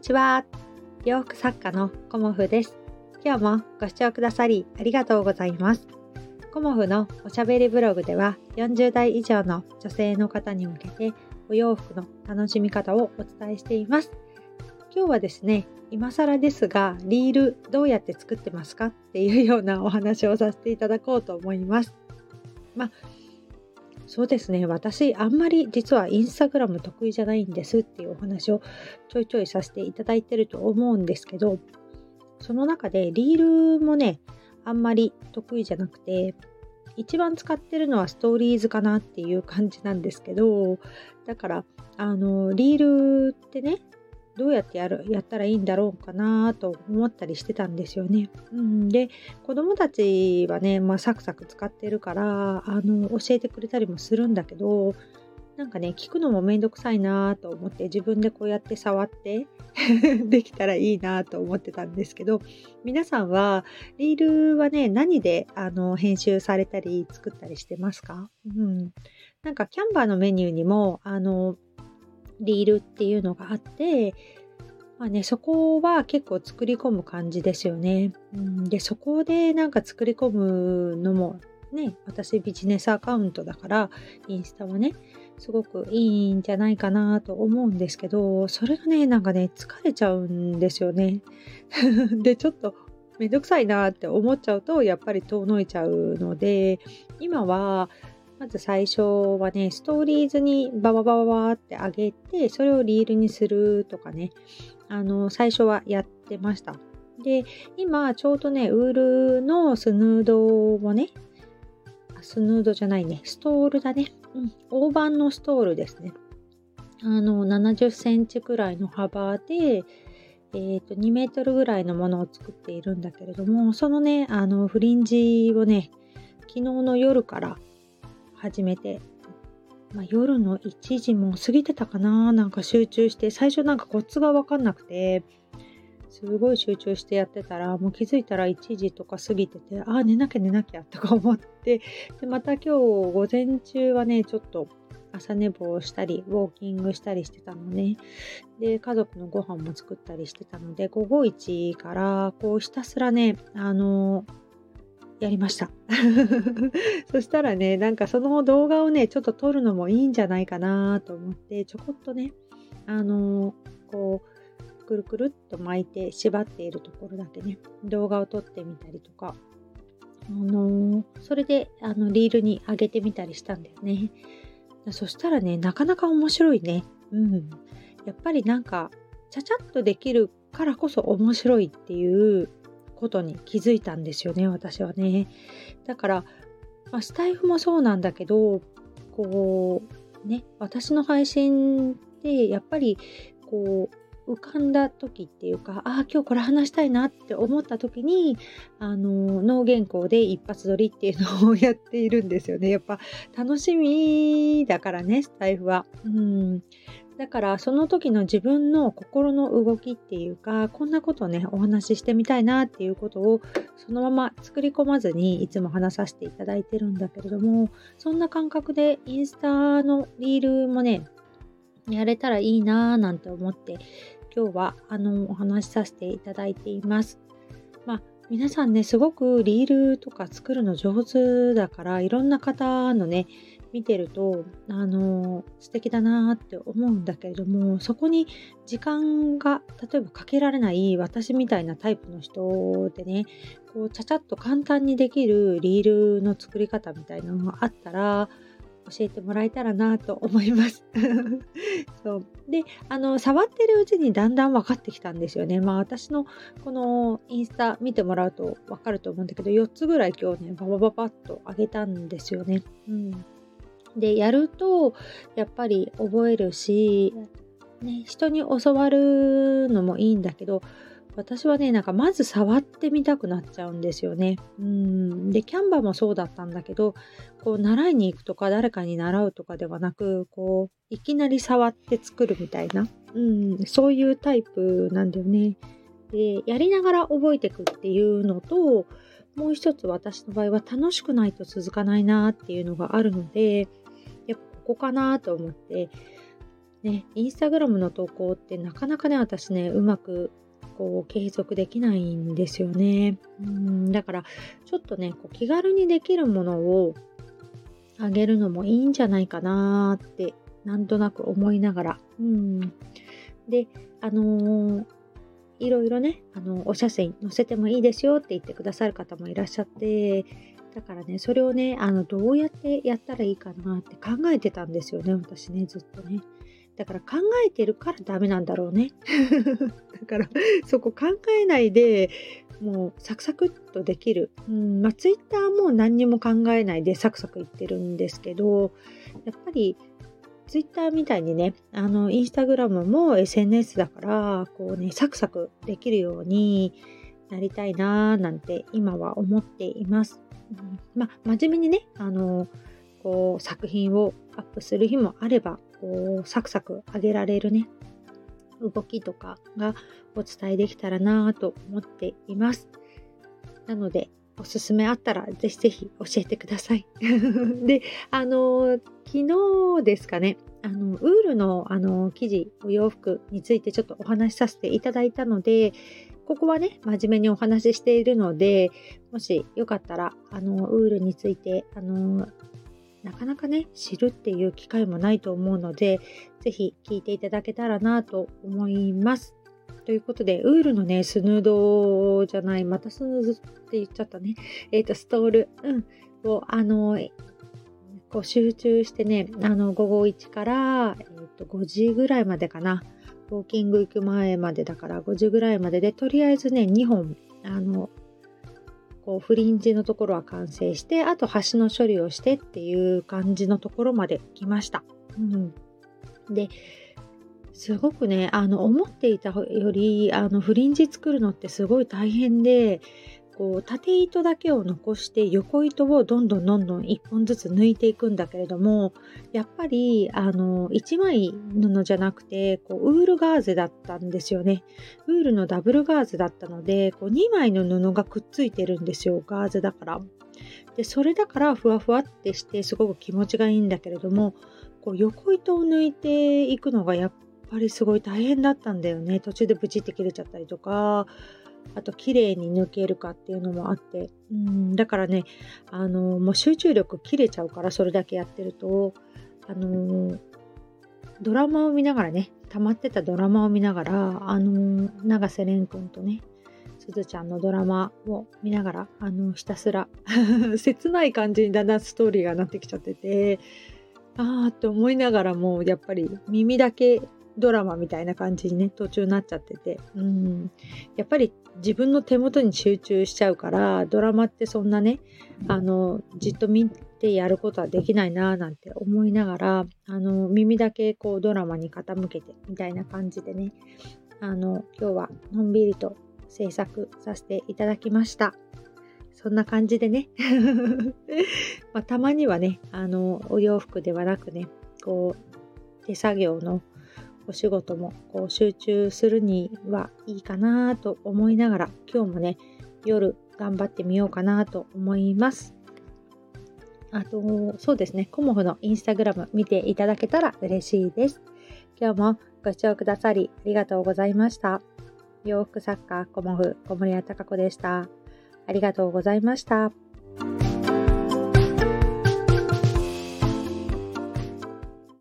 ちは。洋服作家のコモフです。今日もご視聴くださりありがとうございます。コモフのおしゃべりブログでは40代以上の女性の方に向けてお洋服の楽しみ方をお伝えしています。今日はですね、今更ですがリールどうやって作ってますかっていうようなお話をさせていただこうと思います。そうですね、私あんまり実はインスタグラム得意じゃないんですっていうお話をちょいちょいさせていただいてると思うんですけど、その中でリールもね、あんまり得意じゃなくて、一番使ってるのはストーリーズかなっていう感じなんですけど、だからリールってね、どうやってやったらいいんだろうかなと思ったりしてたんですよね。で、子供たちはね、サクサク使ってるから教えてくれたりもするんだけど、なんかね、聞くのもめんどくさいなと思って自分でこうやって触ってできたらいいなと思ってたんですけど、皆さんはリールはね、何で編集されたり作ったりしてますか？なんかキャンバーのメニューにもリールっていうのがあって、そこは結構作り込む感じですよね。で、そこでなんか作り込むのもね、私ビジネスアカウントだから、インスタはね、すごくいいんじゃないかなと思うんですけど、それがね、なんかね、疲れちゃうんですよね。で、ちょっとめんどくさいなって思っちゃうと、やっぱり遠のいちゃうので、今は、まず最初はね、ストーリーズにバババババって上げて、それをリールにするとかね、最初はやってました。で、今ちょうどね、ウールのスヌードをね、スヌードじゃないね、ストールだね。大判のストールですね。70センチくらいの幅で、2メートルぐらいのものを作っているんだけれども、そのね、フリンジをね、昨日の夜から始めて、夜の1時も過ぎてたかな、なんか集中して、最初なんかコツが分かんなくて、すごい集中してやってたら、もう気づいたら1時とか過ぎてて、寝なきゃとか思って、で、また今日午前中はね、ちょっと朝寝坊したり、ウォーキングしたりしてたのね。で、家族のご飯も作ったりしてたので、午後1からこうひたすらね、やりました。そしたらね、なんかその動画をね、ちょっと撮るのもいいんじゃないかなと思って、ちょこっとね、こう、くるくるっと巻いて縛っているところだけね、動画を撮ってみたりとか、それでリールに上げてみたりしたんだよね。そしたらね、なかなか面白いね。やっぱりなんか、ちゃちゃっとできるからこそ面白いっていうことに気づいたんですよね、私はね。だから、スタイフもそうなんだけど、こう、ね、私の配信ってやっぱり、こう、浮かんだ時っていうか、今日これ話したいなって思った時に、脳原稿で一発撮りっていうのをやっているんですよね。やっぱ楽しみだからね、スタイフは。だからその時の自分の心の動きっていうか、こんなことをね、お話ししてみたいなっていうことをそのまま作り込まずにいつも話させていただいてるんだけれども、そんな感覚でインスタのリールもね、やれたらいいなぁなんて思って、今日はお話しさせていただいています。皆さんね、すごくリールとか作るの上手だから、いろんな方のね、見てると、素敵だなって思うんだけれども、そこに時間が、例えばかけられない私みたいなタイプの人でね、こう、ちゃちゃっと簡単にできるリールの作り方みたいなのがあったら、教えてもらえたらなと思います。そうで、触ってるうちにだんだん分かってきたんですよね。私のこのインスタ見てもらうと分かると思うんだけど、4つぐらい今日ね、ババババッと上げたんですよね。で、やるとやっぱり覚えるし、ね、人に教わるのもいいんだけど、私はね、なんかまず触ってみたくなっちゃうんですよね。で、キャンバーもそうだったんだけど、こう習いに行くとか誰かに習うとかではなく、こういきなり触って作るみたいな、そういうタイプなんだよね。で、やりながら覚えていくっていうのと、もう一つ私の場合は楽しくないと続かないなっていうのがあるので、やっぱここかなと思って、 ね、インスタグラムの投稿ってなかなかね、私ね、うまく継続できないんですよね。だからちょっとね、気軽にできるものをあげるのもいいんじゃないかなってなんとなく思いながら、で、いろいろね、お写真載せてもいいですよって言ってくださる方もいらっしゃって、だからね、それをね、どうやってやったらいいかなって考えてたんですよね、私ね、ずっとね。だから考えてるからダメなんだろうね。だからそこ考えないでもうサクサクっとできる。ツイッターも何にも考えないでサクサクいってるんですけど、やっぱりツイッターみたいにね、インスタグラムも SNS だから、サクサクできるようになりたいなーなんて今は思っています。真面目にね、作品をアップする日もあれば、サクサク上げられるね、動きとかがお伝えできたらなと思っています。なので、おすすめあったらぜひぜひ教えてください。で、昨日ですかね、ウールの生地、お洋服についてちょっとお話しさせていただいたので、ここはね、真面目にお話ししているので、もしよかったら、ウールについて、なかなかね、知るっていう機会もないと思うので、ぜひ聞いていただけたらなと思います。ということで、ウールのね、スヌードじゃない、またスヌードって言っちゃったね。ストール、を、集中してね、午後1から、5時ぐらいまでかな。ウォーキング行く前までだから5時ぐらいまでで、とりあえずね、2本、フリンジのところは完成して、あと端の処理をしてっていう感じのところまで来ました。で、すごくね、思っていたより、フリンジ作るのってすごい大変で、縦糸だけを残して横糸をどんどん1本ずつ抜いていくんだけれども、やっぱり1枚布じゃなくてウールガーゼだったんですよね。ウールのダブルガーゼだったので2枚の布がくっついてるんですよ、ガーゼだから。でそれだからふわふわってしてすごく気持ちがいいんだけれども、横糸を抜いていくのがやっぱりすごい大変だったんだよね。途中でブチって切れちゃったりとか、あと綺麗に抜けるかっていうのもあって、だからね、もう集中力切れちゃうから、それだけやってると、ドラマを見ながらね、溜まってたドラマを見ながら、永瀬廉君とね、すずちゃんのドラマを見ながら、ひたすら切ない感じにだんだんストーリーがなってきちゃってて、って思いながらも、やっぱり耳だけドラマみたいな感じにね、途中になっちゃってて、やっぱり自分の手元に集中しちゃうから、ドラマってそんなね、じっと見てやることはできないななんて思いながら、耳だけドラマに傾けてみたいな感じでね、今日はのんびりと制作させていただきました。そんな感じでね、たまにはね、お洋服ではなくね、手作業のお仕事も集中するにはいいかなと思いながら、今日もね、夜頑張ってみようかなと思います。あと、そうですね、コモフのインスタグラム見ていただけたら嬉しいです。今日もご視聴くださりありがとうございました。洋服作家コモフ小森屋隆子でした。ありがとうございました。